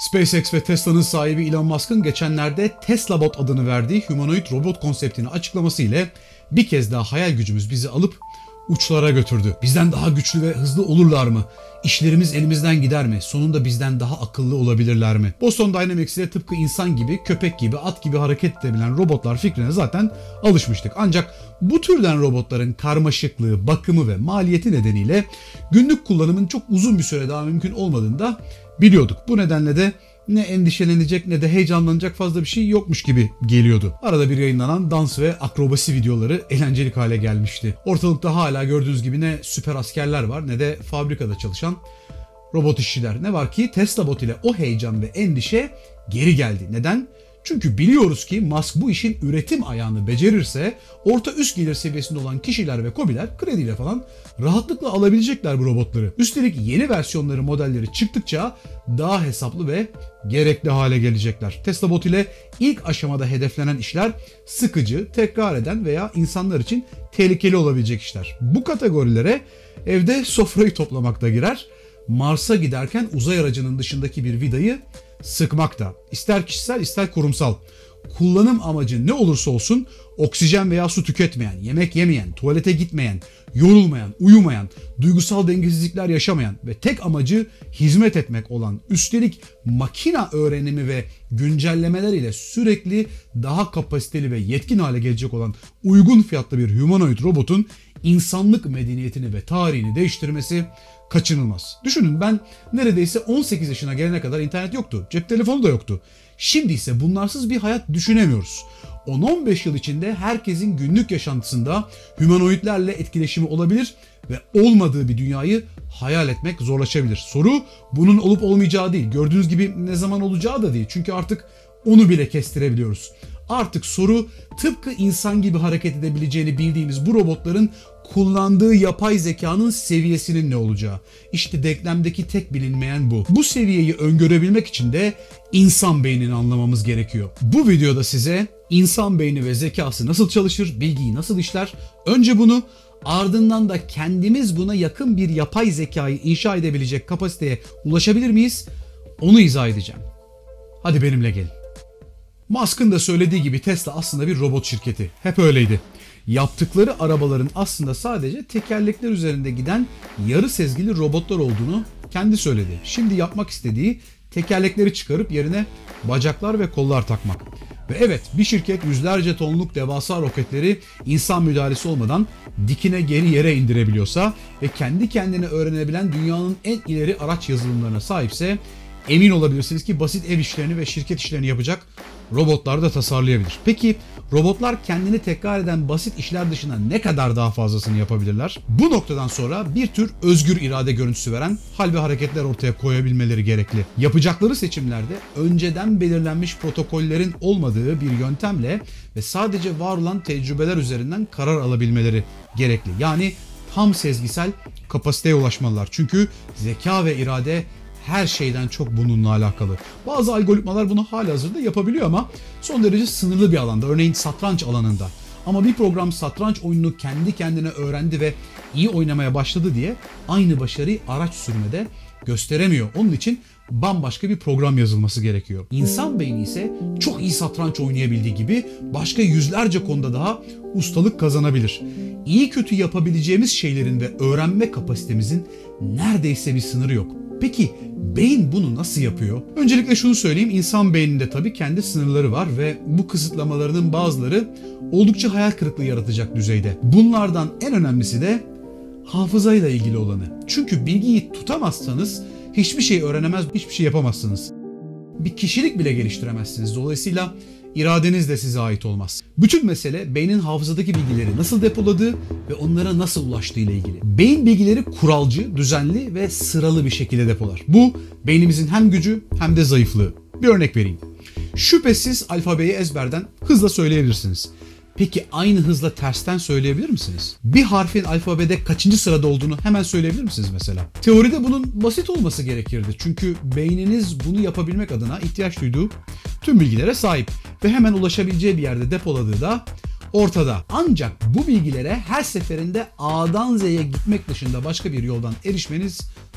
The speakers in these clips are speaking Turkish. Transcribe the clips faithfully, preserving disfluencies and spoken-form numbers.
SpaceX ve Tesla'nın sahibi Elon Musk'ın geçenlerde Tesla Bot adını verdiği humanoid robot konseptini açıklaması ile bir kez daha hayal gücümüz bizi alıp uçlara götürdü. Bizden daha güçlü ve hızlı olurlar mı? İşlerimiz elimizden gider mi? Sonunda bizden daha akıllı olabilirler mi? Boston Dynamics ile tıpkı insan gibi, köpek gibi, at gibi hareket edebilen robotlar fikrine zaten alışmıştık. Ancak bu türden robotların karmaşıklığı, bakımı ve maliyeti nedeniyle günlük kullanımın çok uzun bir süre daha mümkün olmadığını da biliyorduk. Bu nedenle de ne endişelenecek ne de heyecanlanacak fazla bir şey yokmuş gibi geliyordu. Arada bir yayınlanan dans ve akrobasi videoları eğlencelik hale gelmişti. Ortalıkta hala gördüğünüz gibi ne süper askerler var ne de fabrikada çalışan robot işçiler. Ne var ki Tesla Bot ile o heyecan ve endişe geri geldi. Neden? Çünkü biliyoruz ki Musk bu işin üretim ayağını becerirse orta üst gelir seviyesinde olan kişiler ve KOBİ'ler krediyle falan rahatlıkla alabilecekler bu robotları. Üstelik yeni versiyonları, modelleri çıktıkça daha hesaplı ve gerekli hale gelecekler. Tesla Bot ile ilk aşamada hedeflenen işler sıkıcı, tekrar eden veya insanlar için tehlikeli olabilecek işler. Bu kategorilere evde sofrayı toplamak da girer. Mars'a giderken uzay aracının dışındaki bir vidayı sıkmak da. İster kişisel ister kurumsal. Kullanım amacı ne olursa olsun oksijen veya su tüketmeyen, yemek yemeyen, tuvalete gitmeyen, yorulmayan, uyumayan, duygusal dengesizlikler yaşamayan ve tek amacı hizmet etmek olan, üstelik makina öğrenimi ve güncellemeler ile sürekli daha kapasiteli ve yetkin hale gelecek olan uygun fiyatlı bir humanoid robotun insanlık medeniyetini ve tarihini değiştirmesi kaçınılmaz. Düşünün, ben neredeyse on sekiz yaşına gelene kadar internet yoktu. Cep telefonu da yoktu. Şimdi ise bunlarsız bir hayat düşünemiyoruz. on on beş yıl içinde herkesin günlük yaşantısında humanoidlerle etkileşimi olabilir ve olmadığı bir dünyayı hayal etmek zorlaşabilir. Soru bunun olup olmayacağı değil. Gördüğünüz gibi ne zaman olacağı da değil. Çünkü artık onu bile kestirebiliyoruz. Artık soru tıpkı insan gibi hareket edebileceğini bildiğimiz bu robotların kullandığı yapay zekanın seviyesinin ne olacağı. İşte denklemdeki tek bilinmeyen bu. Bu seviyeyi öngörebilmek için de insan beynini anlamamız gerekiyor. Bu videoda size insan beyni ve zekası nasıl çalışır, bilgiyi nasıl işler, önce bunu, ardından da kendimiz buna yakın bir yapay zekayı inşa edebilecek kapasiteye ulaşabilir miyiz, onu izah edeceğim. Hadi benimle gelin. Musk'ın da söylediği gibi Tesla aslında bir robot şirketi. Hep öyleydi. Yaptıkları arabaların aslında sadece tekerlekler üzerinde giden yarı sezgili robotlar olduğunu kendi söyledi. Şimdi yapmak istediği tekerlekleri çıkarıp yerine bacaklar ve kollar takmak. Ve evet, bir şirket yüzlerce tonluk devasa roketleri insan müdahalesi olmadan dikine geri yere indirebiliyorsa ve kendi kendine öğrenebilen dünyanın en ileri araç yazılımlarına sahipse emin olabilirsiniz ki basit ev işlerini ve şirket işlerini yapacak robotlar da tasarlayabilir. Peki robotlar kendini tekrar eden basit işler dışında ne kadar daha fazlasını yapabilirler? Bu noktadan sonra bir tür özgür irade görüntüsü veren hal ve hareketler ortaya koyabilmeleri gerekli. Yapacakları seçimlerde önceden belirlenmiş protokollerin olmadığı bir yöntemle ve sadece var olan tecrübeler üzerinden karar alabilmeleri gerekli. Yani tam sezgisel kapasiteye ulaşmalılar. Çünkü zeka ve irade her şeyden çok bununla alakalı. Bazı algoritmalar bunu halihazırda yapabiliyor ama son derece sınırlı bir alanda. Örneğin satranç alanında. Ama bir program satranç oyununu kendi kendine öğrendi ve iyi oynamaya başladı diye aynı başarıyı araç sürmede gösteremiyor. Onun için bambaşka bir program yazılması gerekiyor. İnsan beyni ise çok iyi satranç oynayabildiği gibi başka yüzlerce konuda daha ustalık kazanabilir. İyi kötü yapabileceğimiz şeylerin ve öğrenme kapasitemizin neredeyse bir sınırı yok. Peki beyin bunu nasıl yapıyor? Öncelikle şunu söyleyeyim, insan beyninde tabii kendi sınırları var ve bu kısıtlamalarının bazıları oldukça hayal kırıklığı yaratacak düzeyde. Bunlardan en önemlisi de hafızayla ilgili olanı. Çünkü bilgiyi tutamazsanız hiçbir şey öğrenemez, hiçbir şey yapamazsınız. Bir kişilik bile geliştiremezsiniz. Dolayısıyla iradeniz de size ait olmaz. Bütün mesele beynin hafızadaki bilgileri nasıl depoladığı ve onlara nasıl ulaştığı ile ilgili. Beyin bilgileri kuralcı, düzenli ve sıralı bir şekilde depolar. Bu beynimizin hem gücü hem de zayıflığı. Bir örnek vereyim. Şüphesiz alfabeyi ezberden hızla söyleyebilirsiniz. Peki aynı hızla tersten söyleyebilir misiniz? Bir harfin alfabede kaçıncı sırada olduğunu hemen söyleyebilir misiniz mesela? Teoride bunun basit olması gerekirdi. Çünkü beyniniz bunu yapabilmek adına ihtiyaç duyduğu tüm bilgilere sahip ve hemen ulaşabileceği bir yerde depoladığı da ortada. Ancak bu bilgilere her seferinde A'dan Z'ye gitmek dışında başka bir yoldan erişmeniz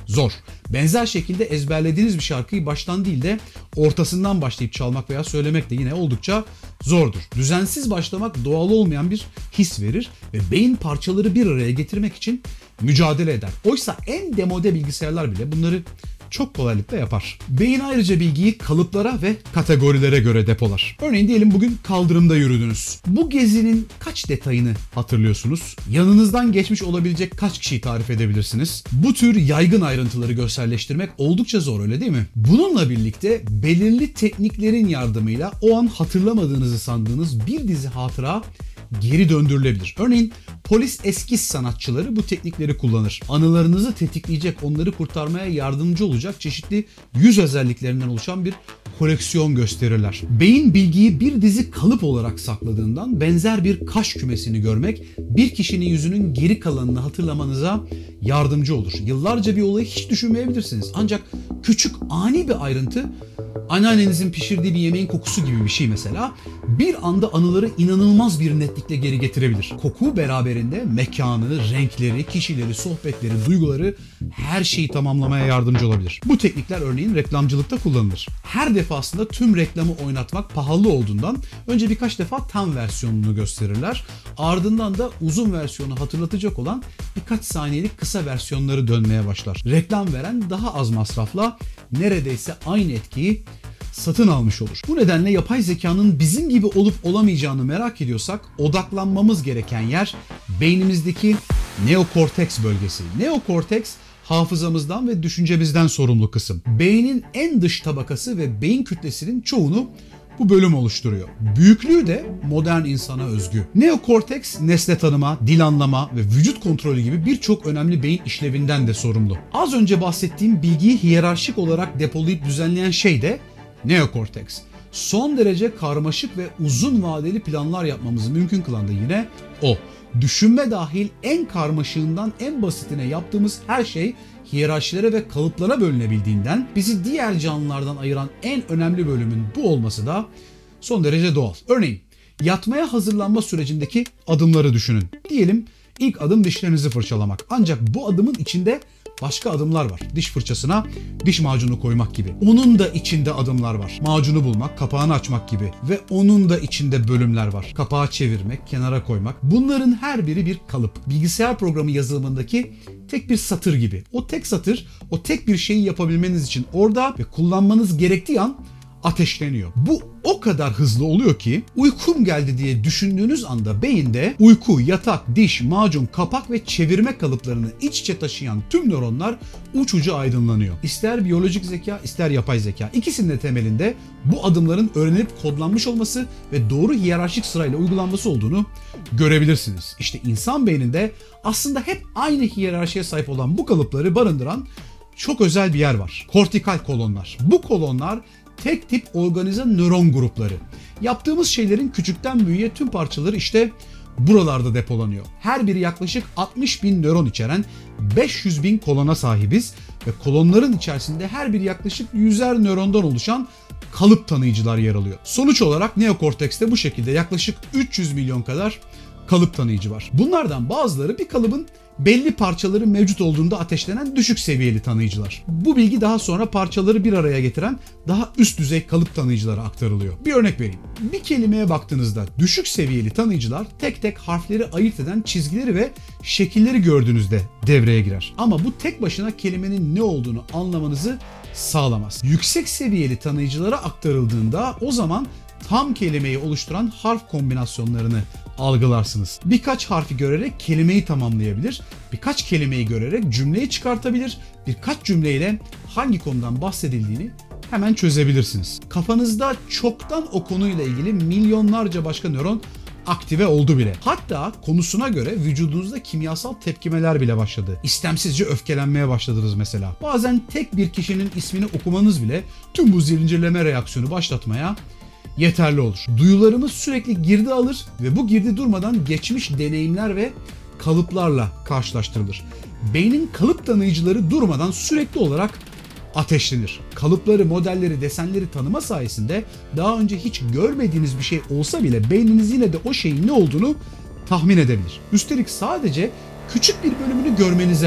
zor. Benzer şekilde ezberlediğiniz bir şarkıyı baştan değil de ortasından başlayıp çalmak veya söylemek de yine oldukça zordur. Düzensiz başlamak doğal olmayan bir his verir ve beyin parçaları bir araya getirmek için mücadele eder. Oysa en demode bilgisayarlar bile bunları çok kolaylıkla yapar. Beyin ayrıca bilgiyi kalıplara ve kategorilere göre depolar. Örneğin diyelim bugün kaldırımda yürüdünüz. Bu gezinin kaç detayını hatırlıyorsunuz? Yanınızdan geçmiş olabilecek kaç kişiyi tarif edebilirsiniz? Bu tür yaygın ayrıntıları görselleştirmek oldukça zor, öyle değil mi? Bununla birlikte belirli tekniklerin yardımıyla o an hatırlamadığınızı sandığınız bir dizi hatıra geri döndürülebilir. Örneğin polis eskiz sanatçıları bu teknikleri kullanır. Anılarınızı tetikleyecek, onları kurtarmaya yardımcı olacak çeşitli yüz özelliklerinden oluşan bir koleksiyon gösterirler. Beyin bilgiyi bir dizi kalıp olarak sakladığından benzer bir kaş kümesini görmek bir kişinin yüzünün geri kalanını hatırlamanıza yardımcı olur. Yıllarca bir olayı hiç düşünmeyebilirsiniz. Ancak küçük ani bir ayrıntı, anneannenizin pişirdiği bir yemeğin kokusu gibi bir şey mesela, bir anda anıları inanılmaz bir netlikle geri getirebilir. Koku beraberinde mekanı, renkleri, kişileri, sohbetleri, duyguları, her şeyi tamamlamaya yardımcı olabilir. Bu teknikler örneğin reklamcılıkta kullanılır. Her defasında tüm reklamı oynatmak pahalı olduğundan önce birkaç defa tam versiyonunu gösterirler. Ardından da uzun versiyonu hatırlatacak olan birkaç saniyelik kısa versiyonları dönmeye başlar. Reklam veren daha az masrafla neredeyse aynı etkiyi satın almış olur. Bu nedenle yapay zekanın bizim gibi olup olamayacağını merak ediyorsak odaklanmamız gereken yer beynimizdeki neokorteks bölgesi. Neokorteks hafızamızdan ve düşüncemizden sorumlu kısım. Beynin en dış tabakası ve beyin kütlesinin çoğunu bu bölüm oluşturuyor. Büyüklüğü de modern insana özgü. Neokorteks nesne tanıma, dil anlama ve vücut kontrolü gibi birçok önemli beyin işlevinden de sorumlu. Az önce bahsettiğim bilgiyi hiyerarşik olarak depolayıp düzenleyen şey de neokorteks. Son derece karmaşık ve uzun vadeli planlar yapmamızı mümkün kılan da yine o. Düşünme dahil en karmaşığından en basitine yaptığımız her şey hiyerarşilere ve kalıplara bölünebildiğinden bizi diğer canlılardan ayıran en önemli bölümün bu olması da son derece doğal. Örneğin yatmaya hazırlanma sürecindeki adımları düşünün. Diyelim ilk adım dişlerinizi fırçalamak. Ancak bu adımın içinde başka adımlar var. Diş fırçasına diş macunu koymak gibi. Onun da içinde adımlar var. Macunu bulmak, kapağını açmak gibi. Ve onun da içinde bölümler var. Kapağı çevirmek, kenara koymak. Bunların her biri bir kalıp. Bilgisayar programı yazılımındaki tek bir satır gibi. O tek satır, o tek bir şeyi yapabilmeniz için orada ve kullanmanız gerektiği an ateşleniyor. Bu o kadar hızlı oluyor ki uykum geldi diye düşündüğünüz anda beyinde uyku, yatak, diş, macun, kapak ve çevirme kalıplarını iç içe taşıyan tüm nöronlar uç ucu aydınlanıyor. İster biyolojik zeka, ister yapay zeka. İkisinin de temelinde bu adımların öğrenilip kodlanmış olması ve doğru hiyerarşik sırayla uygulanması olduğunu görebilirsiniz. İşte insan beyninde aslında hep aynı hiyerarşiye sahip olan bu kalıpları barındıran çok özel bir yer var. Kortikal kolonlar. Bu kolonlar tek tip organize nöron grupları. Yaptığımız şeylerin küçükten büyüğe tüm parçaları işte buralarda depolanıyor. Her biri yaklaşık altmış bin nöron içeren beş yüz bin kolona sahibiz ve kolonların içerisinde her biri yaklaşık yüzer nörondan oluşan kalıp tanıyıcılar yer alıyor. Sonuç olarak neokortekste bu şekilde yaklaşık üç yüz milyon kadar kalıp tanıyıcı var. Bunlardan bazıları bir kalıbın belli parçaları mevcut olduğunda ateşlenen düşük seviyeli tanıyıcılar. Bu bilgi daha sonra parçaları bir araya getiren daha üst düzey kalıp tanıyıcılara aktarılıyor. Bir örnek vereyim. Bir kelimeye baktığınızda düşük seviyeli tanıyıcılar tek tek harfleri ayırt eden çizgileri ve şekilleri gördüğünüzde devreye girer. Ama bu tek başına kelimenin ne olduğunu anlamanızı sağlamaz. Yüksek seviyeli tanıyıcılara aktarıldığında o zaman tam kelimeyi oluşturan harf kombinasyonlarını algılarsınız. Birkaç harfi görerek kelimeyi tamamlayabilir, birkaç kelimeyi görerek cümleyi çıkartabilir, birkaç cümleyle hangi konudan bahsedildiğini hemen çözebilirsiniz. Kafanızda çoktan o konuyla ilgili milyonlarca başka nöron aktive oldu bile. Hatta konusuna göre vücudunuzda kimyasal tepkimeler bile başladı. İstemsizce öfkelenmeye başladınız mesela. Bazen tek bir kişinin ismini okumanız bile tüm bu zincirleme reaksiyonu başlatmaya yeterli olur. Duyularımız sürekli girdi alır ve bu girdi durmadan geçmiş deneyimler ve kalıplarla karşılaştırılır. Beynin kalıp tanıyıcıları durmadan sürekli olarak ateşlenir. Kalıpları, modelleri, desenleri tanıma sayesinde daha önce hiç görmediğiniz bir şey olsa bile beyniniz yine de o şeyin ne olduğunu tahmin edebilir. Üstelik sadece küçük bir bölümünü görmenize rağmen.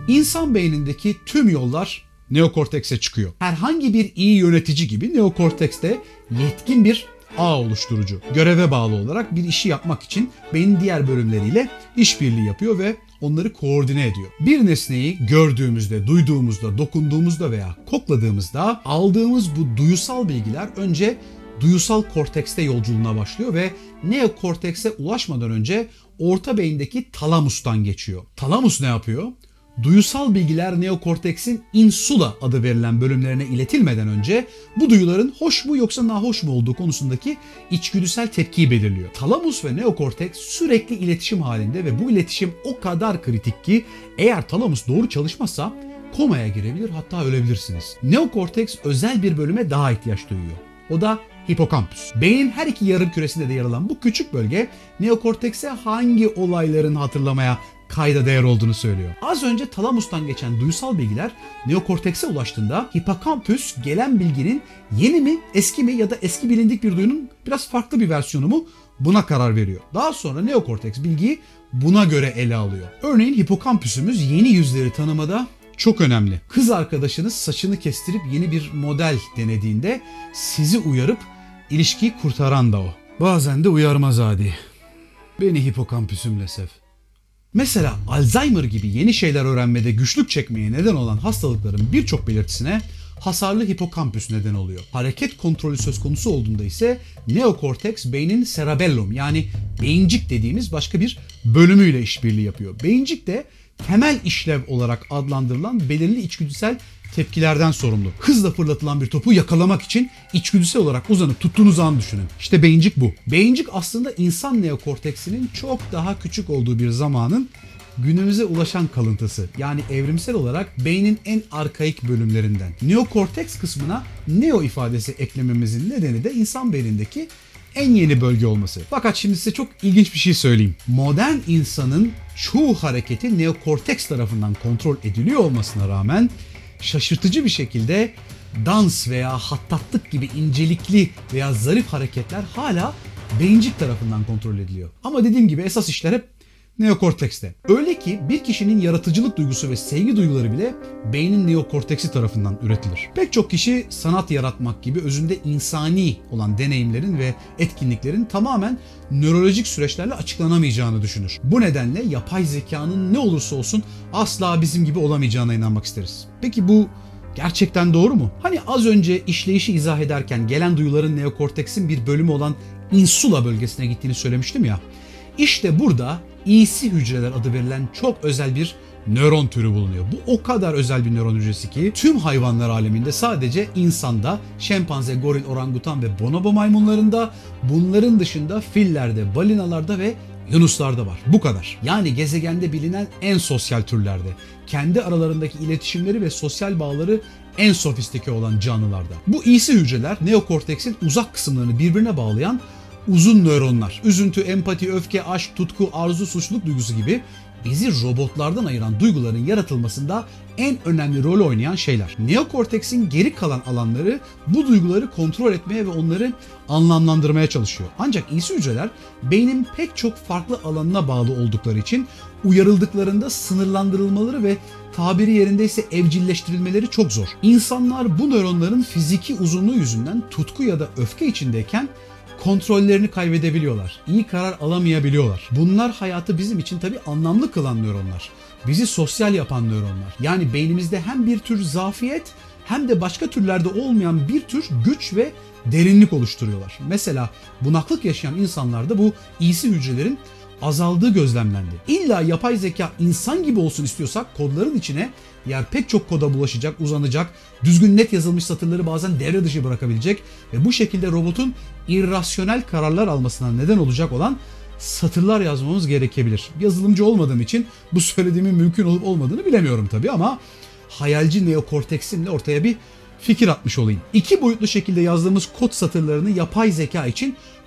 İnsan beynindeki tüm yollar neokortekse çıkıyor. Herhangi bir iyi yönetici gibi neokorteks de yetkin bir ağ oluşturucu. Göreve bağlı olarak bir işi yapmak için beynin diğer bölümleriyle işbirliği yapıyor ve onları koordine ediyor. Bir nesneyi gördüğümüzde, duyduğumuzda, dokunduğumuzda veya kokladığımızda aldığımız bu duyusal bilgiler önce duyusal kortekste yolculuğuna başlıyor ve neokortekse ulaşmadan önce orta beyindeki talamustan geçiyor. Talamus ne yapıyor? Duyusal bilgiler neokorteksin insula adı verilen bölümlerine iletilmeden önce bu duyuların hoş mu yoksa nahoş mu olduğu konusundaki içgüdüsel tepkiyi belirliyor. Talamus ve neokorteks sürekli iletişim halinde ve bu iletişim o kadar kritik ki eğer talamus doğru çalışmazsa komaya girebilir, hatta ölebilirsiniz. Neokorteks özel bir bölüme daha ihtiyaç duyuyor. O da hipokampüs. Beynin her iki yarım küresinde de yer alan bu küçük bölge neokortekse hangi olayların hatırlamaya kayda değer olduğunu söylüyor. Az önce talamustan geçen duysal bilgiler neokortekse ulaştığında hipokampüs gelen bilginin yeni mi, eski mi ya da eski bilindik bir duyunun biraz farklı bir versiyonu mu buna karar veriyor. Daha sonra neokorteks bilgiyi buna göre ele alıyor. Örneğin hipokampüsümüz yeni yüzleri tanımada çok önemli. Kız arkadaşınız saçını kestirip yeni bir model denediğinde sizi uyarıp ilişkiyi kurtaran da o. Bazen de uyarmaz adi. Beni hipokampüsümle sev. Mesela Alzheimer gibi yeni şeyler öğrenmede güçlük çekmeye neden olan hastalıkların birçok belirtisine hasarlı hipokampüs neden oluyor. Hareket kontrolü söz konusu olduğunda ise neokorteks beynin cerebellum yani beyincik dediğimiz başka bir bölümüyle işbirliği yapıyor. Beyincik de temel işlev olarak adlandırılan belirli içgüdüsel tepkilerden sorumlu. Hızla fırlatılan bir topu yakalamak için içgüdüsel olarak uzanıp tuttuğunuz anı düşünün. İşte beyincik bu. Beyincik aslında insan neokorteksinin çok daha küçük olduğu bir zamanın günümüze ulaşan kalıntısı. Yani evrimsel olarak beynin en arkaik bölümlerinden. Neokorteks kısmına neo ifadesi eklememizin nedeni de insan beynindeki en yeni bölge olması. Fakat şimdi size çok ilginç bir şey söyleyeyim. Modern insanın çoğu hareketi neokorteks tarafından kontrol ediliyor olmasına rağmen şaşırtıcı bir şekilde dans veya hattatlık gibi incelikli veya zarif hareketler hala beyincik tarafından kontrol ediliyor. Ama dediğim gibi esas işler hep neokortekste. Öyle ki bir kişinin yaratıcılık duygusu ve sevgi duyguları bile beynin neokorteksi tarafından üretilir. Pek çok kişi sanat yaratmak gibi özünde insani olan deneyimlerin ve etkinliklerin tamamen nörolojik süreçlerle açıklanamayacağını düşünür. Bu nedenle yapay zekanın ne olursa olsun asla bizim gibi olamayacağına inanmak isteriz. Peki bu gerçekten doğru mu? Hani az önce işleyişi izah ederken gelen duyuların neokorteksin bir bölümü olan insula bölgesine gittiğini söylemiştim ya. İşte burada E C hücreler adı verilen çok özel bir nöron türü bulunuyor. Bu o kadar özel bir nöron hücresi ki tüm hayvanlar aleminde sadece insanda, şempanze, goril, orangutan ve bonobo maymunlarında, bunların dışında fillerde, balinalarda ve yunuslarda var. Bu kadar. Yani gezegende bilinen en sosyal türlerde. Kendi aralarındaki iletişimleri ve sosyal bağları en sofistike olan canlılarda. Bu E C hücreler neokorteksin uzak kısımlarını birbirine bağlayan uzun nöronlar. Üzüntü, empati, öfke, aşk, tutku, arzu, suçluluk duygusu gibi bizi robotlardan ayıran duyguların yaratılmasında en önemli rol oynayan şeyler. Neokorteksin geri kalan alanları bu duyguları kontrol etmeye ve onları anlamlandırmaya çalışıyor. Ancak E C hücreler beynin pek çok farklı alanına bağlı oldukları için uyarıldıklarında sınırlandırılmaları ve tabiri yerindeyse evcilleştirilmeleri çok zor. İnsanlar bu nöronların fiziki uzunluğu yüzünden tutku ya da öfke içindeyken kontrollerini kaybedebiliyorlar. İyi karar alamayabiliyorlar. Bunlar hayatı bizim için tabii anlamlı kılan nöronlar. Bizi sosyal yapan nöronlar. Yani beynimizde hem bir tür zafiyet hem de başka türlerde olmayan bir tür güç ve derinlik oluşturuyorlar. Mesela bunaklık yaşayan insanlarda bu E C hücrelerin azaldığı gözlemlendi. İlla yapay zeka insan gibi olsun istiyorsak kodların içine yer pek çok koda bulaşacak, uzanacak, düzgün net yazılmış satırları bazen devre dışı bırakabilecek ve bu şekilde robotun irrasyonel kararlar almasına neden olacak olan satırlar yazmamız gerekebilir. Yazılımcı olmadığım için bu söylediğimin mümkün olup olmadığını bilemiyorum tabii ama hayalci neokorteksimle ortaya bir fikir atmış olayım. İki boyutlu şekilde yazdığımız kod satırlarını yapay zeka için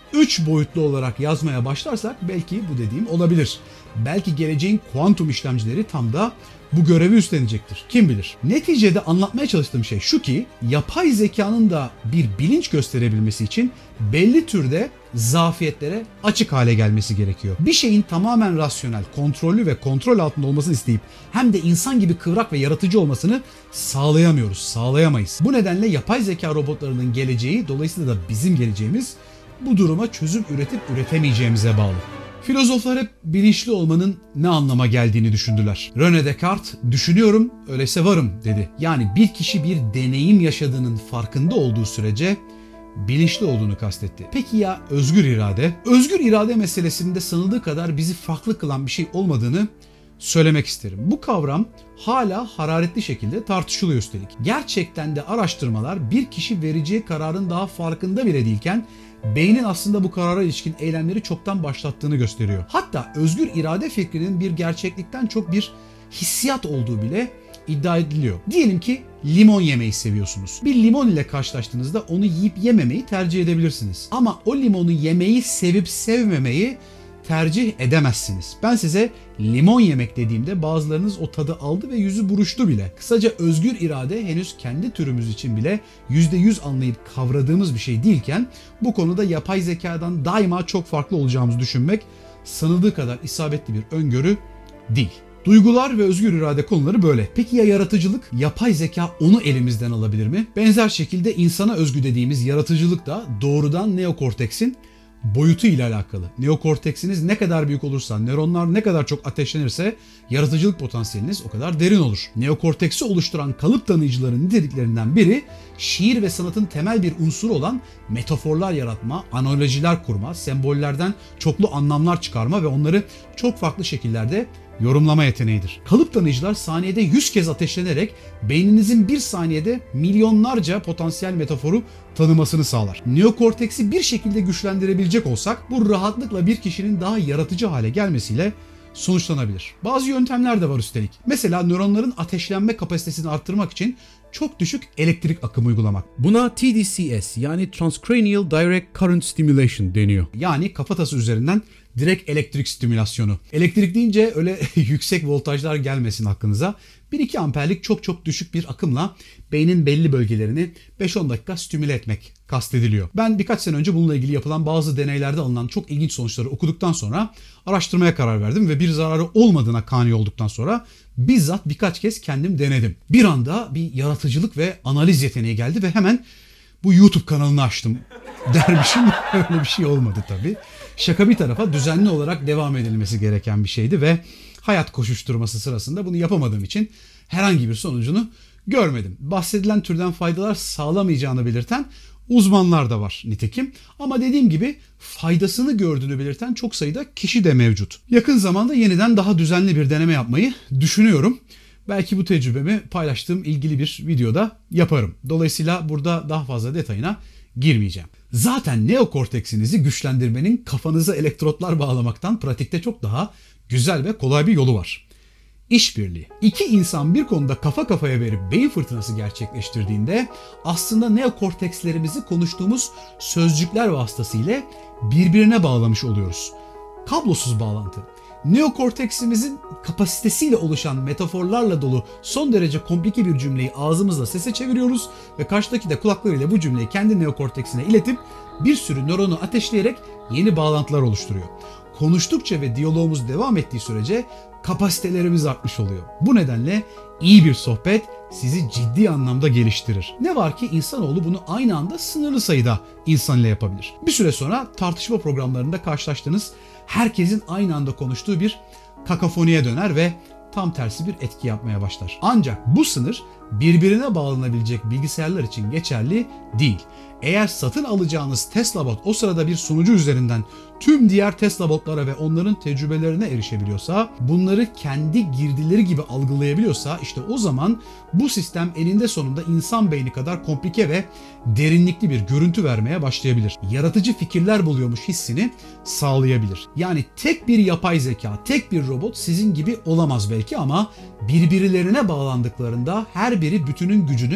üç boyutlu olarak yazmaya başlarsak belki bu dediğim olabilir. Belki geleceğin kuantum işlemcileri tam da bu görevi üstlenecektir. Kim bilir? Neticede anlatmaya çalıştığım şey şu ki yapay zekanın da bir bilinç gösterebilmesi için belli türde zafiyetlere açık hale gelmesi gerekiyor. Bir şeyin tamamen rasyonel, kontrollü ve kontrol altında olmasını isteyip hem de insan gibi kıvrak ve yaratıcı olmasını sağlayamıyoruz, sağlayamayız. Bu nedenle yapay zeka robotlarının geleceği, dolayısıyla da bizim geleceğimiz bu duruma çözüm üretip üretemeyeceğimize bağlı. Filozoflar hep bilinçli olmanın ne anlama geldiğini düşündüler. René Descartes, düşünüyorum öyleyse varım dedi. Yani bir kişi bir deneyim yaşadığının farkında olduğu sürece bilinçli olduğunu kastetti. Peki ya özgür irade? Özgür irade meselesinde sanıldığı kadar bizi farklı kılan bir şey olmadığını söylemek isterim. Bu kavram hala hararetli şekilde tartışılıyor üstelik. Gerçekten de araştırmalar bir kişi vereceği kararın daha farkında bile değilken beynin aslında bu karara ilişkin eylemleri çoktan başlattığını gösteriyor. Hatta özgür irade fikrinin bir gerçeklikten çok bir hissiyat olduğu bile iddia ediliyor. Diyelim ki limon yemeyi seviyorsunuz. Bir limon ile karşılaştığınızda onu yiyip yememeyi tercih edebilirsiniz. Ama o limonu yemeyi sevip sevmemeyi tercih edemezsiniz. Ben size limon yemek dediğimde bazılarınız o tadı aldı ve yüzü buruştu bile. Kısaca özgür irade henüz kendi türümüz için bile yüzde yüz anlayıp kavradığımız bir şey değilken bu konuda yapay zekadan daima çok farklı olacağımızı düşünmek sanıldığı kadar isabetli bir öngörü değil. Duygular ve özgür irade konuları böyle. Peki ya yaratıcılık? Yapay zeka onu elimizden alabilir mi? Benzer şekilde insana özgü dediğimiz yaratıcılık da doğrudan neokorteksin boyutu ile alakalı. Neokorteksiniz ne kadar büyük olursa, nöronlar ne kadar çok ateşlenirse yaratıcılık potansiyeliniz o kadar derin olur. Neokorteksi oluşturan kalıp tanıyıcıların niteliklerinden biri şiir ve sanatın temel bir unsuru olan metaforlar yaratma, analojiler kurma, sembollerden çoklu anlamlar çıkarma ve onları çok farklı şekillerde yorumlama yeteneğidir. Kalıp tanıyıcılar saniyede yüz kez ateşlenerek beyninizin bir saniyede milyonlarca potansiyel metaforu tanımasını sağlar. Neokorteksi bir şekilde güçlendirebilecek olsak bu rahatlıkla bir kişinin daha yaratıcı hale gelmesiyle sonuçlanabilir. Bazı yöntemler de var üstelik. Mesela nöronların ateşlenme kapasitesini arttırmak için çok düşük elektrik akımı uygulamak. Buna T D C S yani Transcranial Direct Current Stimulation deniyor. Yani kafatası üzerinden direkt elektrik stimülasyonu. Elektrik deyince öyle yüksek voltajlar gelmesin aklınıza. bir iki amperlik çok çok düşük bir akımla beynin belli bölgelerini beş on dakika stimüle etmek kastediliyor. Ben birkaç sene önce bununla ilgili yapılan bazı deneylerde alınan çok ilginç sonuçları okuduktan sonra araştırmaya karar verdim ve bir zararı olmadığına kani olduktan sonra bizzat birkaç kez kendim denedim. Bir anda bir yaratıcılık ve analiz yeteneği geldi ve hemen bu YouTube kanalını açtım dermişim. Öyle bir şey olmadı tabii. Şaka bir tarafa düzenli olarak devam edilmesi gereken bir şeydi ve hayat koşuşturması sırasında bunu yapamadığım için herhangi bir sonucunu görmedim. Bahsedilen türden faydalar sağlamayacağını belirten uzmanlar da var nitekim. Ama dediğim gibi faydasını gördüğünü belirten çok sayıda kişi de mevcut. Yakın zamanda yeniden daha düzenli bir deneme yapmayı düşünüyorum. Belki bu tecrübemi paylaştığım ilgili bir videoda yaparım. Dolayısıyla burada daha fazla detayına girmeyeceğim. Zaten neokorteksinizi güçlendirmenin kafanıza elektrotlar bağlamaktan pratikte çok daha güzel ve kolay bir yolu var. İşbirliği. İki insan bir konuda kafa kafaya verip beyin fırtınası gerçekleştirdiğinde aslında neokortekslerimizi konuştuğumuz sözcükler vasıtasıyla birbirine bağlamış oluyoruz. Kablosuz bağlantı. Neokorteksimizin kapasitesiyle oluşan metaforlarla dolu son derece komplike bir cümleyi ağzımızla sese çeviriyoruz ve karşıdaki de kulaklarıyla bu cümleyi kendi neokorteksine iletip bir sürü nöronu ateşleyerek yeni bağlantılar oluşturuyor. Konuştukça ve diyalogumuz devam ettiği sürece kapasitelerimiz artmış oluyor. Bu nedenle iyi bir sohbet sizi ciddi anlamda geliştirir. Ne var ki insanoğlu bunu aynı anda sınırlı sayıda insan ile yapabilir. Bir süre sonra tartışma programlarında karşılaştığınız herkesin aynı anda konuştuğu bir kakafoniye döner ve tam tersi bir etki yapmaya başlar. Ancak bu sınır birbirine bağlanabilecek bilgisayarlar için geçerli değil. Eğer satın alacağınız Tesla bot o sırada bir sunucu üzerinden tüm diğer Tesla botlara ve onların tecrübelerine erişebiliyorsa, bunları kendi girdileri gibi algılayabiliyorsa işte o zaman bu sistem eninde sonunda insan beyni kadar komplike ve derinlikli bir görüntü vermeye başlayabilir. Yaratıcı fikirler buluyormuş hissini sağlayabilir. Yani tek bir yapay zeka, tek bir robot sizin gibi olamaz belki ama birbirlerine bağlandıklarında her biri bütünün gücünü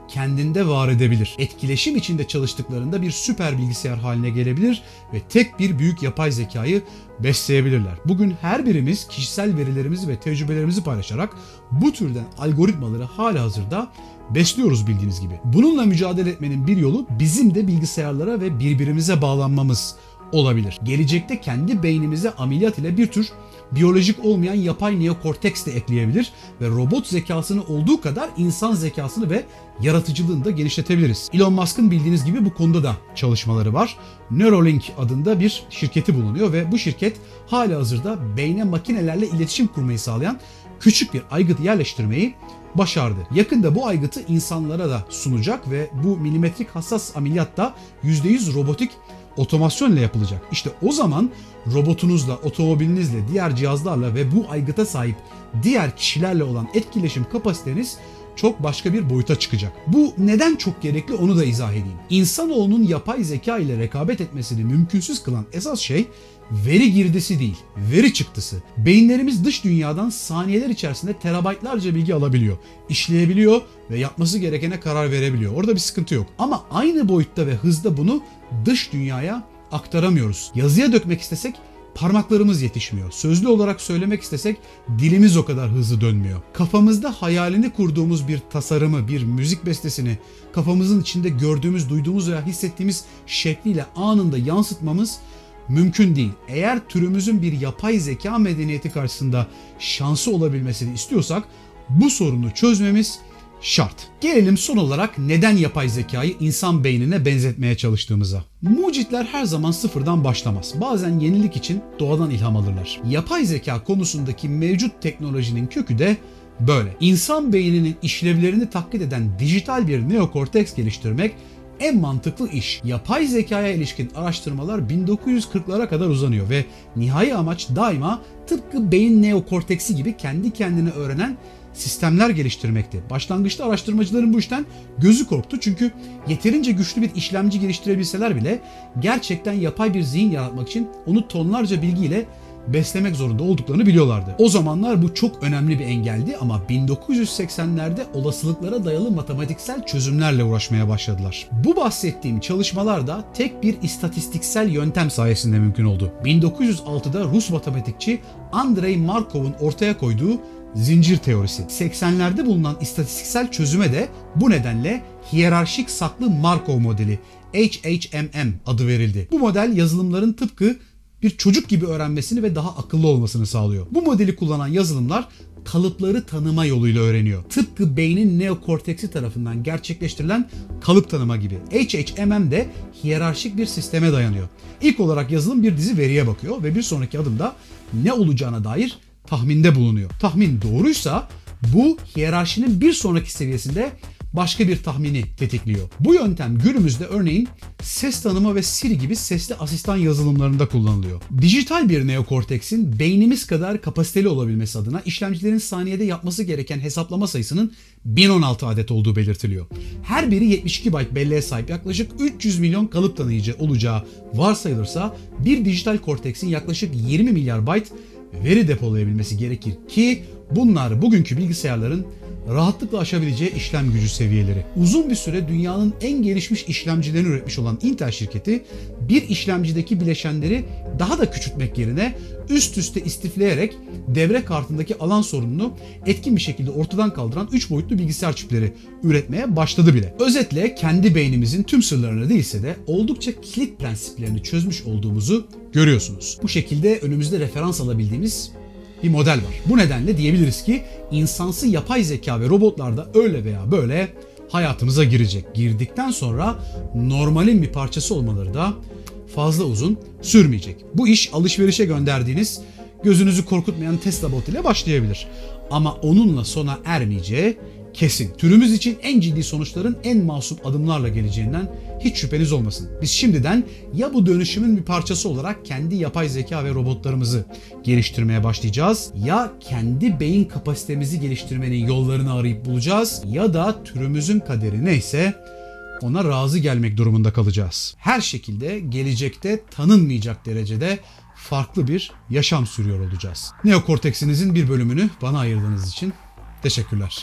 kendinde var edebilir. Etkileşim içinde çalıştıklarında bir süper bilgisayar haline gelebilir ve tek bir büyük yapay zekayı besleyebilirler. Bugün her birimiz kişisel verilerimizi ve tecrübelerimizi paylaşarak bu türden algoritmaları halihazırda besliyoruz bildiğiniz gibi. Bununla mücadele etmenin bir yolu bizim de bilgisayarlara ve birbirimize bağlanmamız olabilir. Gelecekte kendi beynimize ameliyat ile bir tür biyolojik olmayan yapay neokorteks de ekleyebilir ve robot zekasını olduğu kadar insan zekasını ve yaratıcılığını da genişletebiliriz. Elon Musk'ın bildiğiniz gibi bu konuda da çalışmaları var. Neuralink adında bir şirketi bulunuyor ve bu şirket halihazırda beyne makinelerle iletişim kurmayı sağlayan küçük bir aygıt yerleştirmeyi başardı. Yakında bu aygıtı insanlara da sunacak ve bu milimetrik hassas ameliyat da yüzde yüz robotik otomasyon ile yapılacak. İşte o zaman robotunuzla, otomobilinizle, diğer cihazlarla ve bu aygıta sahip diğer kişilerle olan etkileşim kapasiteniz çok başka bir boyuta çıkacak. Bu neden çok gerekli onu da izah edeyim. İnsanoğlunun yapay zeka ile rekabet etmesini mümkünsüz kılan esas şey veri girdisi değil, veri çıktısı. Beyinlerimiz dış dünyadan saniyeler içerisinde terabaytlarca bilgi alabiliyor, işleyebiliyor ve yapması gerekene karar verebiliyor. Orada bir sıkıntı yok. Ama aynı boyutta ve hızda bunu dış dünyaya aktaramıyoruz. Yazıya dökmek istesek parmaklarımız yetişmiyor. Sözlü olarak söylemek istesek dilimiz o kadar hızlı dönmüyor. Kafamızda hayalini kurduğumuz bir tasarımı, bir müzik bestesini kafamızın içinde gördüğümüz, duyduğumuz veya hissettiğimiz şekliyle anında yansıtmamız mümkün değil. Eğer türümüzün bir yapay zeka medeniyeti karşısında şansı olabilmesini istiyorsak bu sorunu çözmemiz şart. Gelelim son olarak neden yapay zekayı insan beynine benzetmeye çalıştığımıza. Mucitler her zaman sıfırdan başlamaz. Bazen yenilik için doğadan ilham alırlar. Yapay zeka konusundaki mevcut teknolojinin kökü de böyle. İnsan beyninin işlevlerini taklit eden dijital bir neokorteks geliştirmek en mantıklı iş. Yapay zekaya ilişkin araştırmalar bin dokuz yüz kırklara kadar uzanıyor ve nihai amaç daima tıpkı beyin neokorteksi gibi kendi kendine öğrenen sistemler geliştirmekti. Başlangıçta araştırmacıların bu işten gözü korktu çünkü yeterince güçlü bir işlemci geliştirebilseler bile gerçekten yapay bir zihin yaratmak için onu tonlarca bilgiyle beslemek zorunda olduklarını biliyorlardı. O zamanlar bu çok önemli bir engeldi ama bin dokuz yüz seksenlerde olasılıklara dayalı matematiksel çözümlerle uğraşmaya başladılar. Bu bahsettiğim çalışmalar da tek bir istatistiksel yöntem sayesinde mümkün oldu. bin dokuz yüz altıda Rus matematikçi Andrei Markov'un ortaya koyduğu zincir teorisi. seksenlerde bulunan istatistiksel çözüme de bu nedenle hiyerarşik saklı Markov modeli H H M M adı verildi. Bu model yazılımların tıpkı bir çocuk gibi öğrenmesini ve daha akıllı olmasını sağlıyor. Bu modeli kullanan yazılımlar kalıpları tanıma yoluyla öğreniyor. Tıpkı beynin neokorteksi tarafından gerçekleştirilen kalıp tanıma gibi. H H M M de hiyerarşik bir sisteme dayanıyor. İlk olarak yazılım bir dizi veriye bakıyor ve bir sonraki adımda ne olacağına dair tahminde bulunuyor. Tahmin doğruysa bu hiyerarşinin bir sonraki seviyesinde başka bir tahmini tetikliyor. Bu yöntem günümüzde örneğin ses tanıma ve Siri gibi sesli asistan yazılımlarında kullanılıyor. Dijital bir neokorteksin beynimiz kadar kapasiteli olabilmesi adına işlemcilerin saniyede yapması gereken hesaplama sayısının bin on altı adet olduğu belirtiliyor. Her biri yetmiş iki byte belleğe sahip yaklaşık üç yüz milyon kalıp tanıyıcı olacağı varsayılırsa bir dijital korteksin yaklaşık yirmi milyar byte veri depolayabilmesi gerekir ki bunlar bugünkü bilgisayarların rahatlıkla aşabileceği işlem gücü seviyeleri. Uzun bir süre dünyanın en gelişmiş işlemcilerini üretmiş olan Intel şirketi bir işlemcideki bileşenleri daha da küçültmek yerine üst üste istifleyerek devre kartındaki alan sorununu etkin bir şekilde ortadan kaldıran üç boyutlu bilgisayar çipleri üretmeye başladı bile. Özetle kendi beynimizin tüm sırlarını değilse de oldukça kilit prensiplerini çözmüş olduğumuzu görüyorsunuz. Bu şekilde önümüzde referans alabildiğimiz bir model var. Bu nedenle diyebiliriz ki insansı yapay zeka ve robotlar da öyle veya böyle hayatımıza girecek. Girdikten sonra normalin bir parçası olmaları da fazla uzun sürmeyecek. Bu iş alışverişe gönderdiğiniz gözünüzü korkutmayan Tesla bot ile başlayabilir. Ama onunla sona ermeyeceği kesin. Türümüz için en ciddi sonuçların en masum adımlarla geleceğinden hiç şüpheniz olmasın. Biz şimdiden ya bu dönüşümün bir parçası olarak kendi yapay zeka ve robotlarımızı geliştirmeye başlayacağız ya kendi beyin kapasitemizi geliştirmenin yollarını arayıp bulacağız ya da türümüzün kaderi neyse ona razı gelmek durumunda kalacağız. Her şekilde gelecekte tanınmayacak derecede farklı bir yaşam sürüyor olacağız. Neokorteksinizin bir bölümünü bana ayırdığınız için teşekkürler.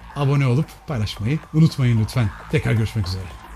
abone olup paylaşmayı unutmayın lütfen. Tekrar görüşmek üzere.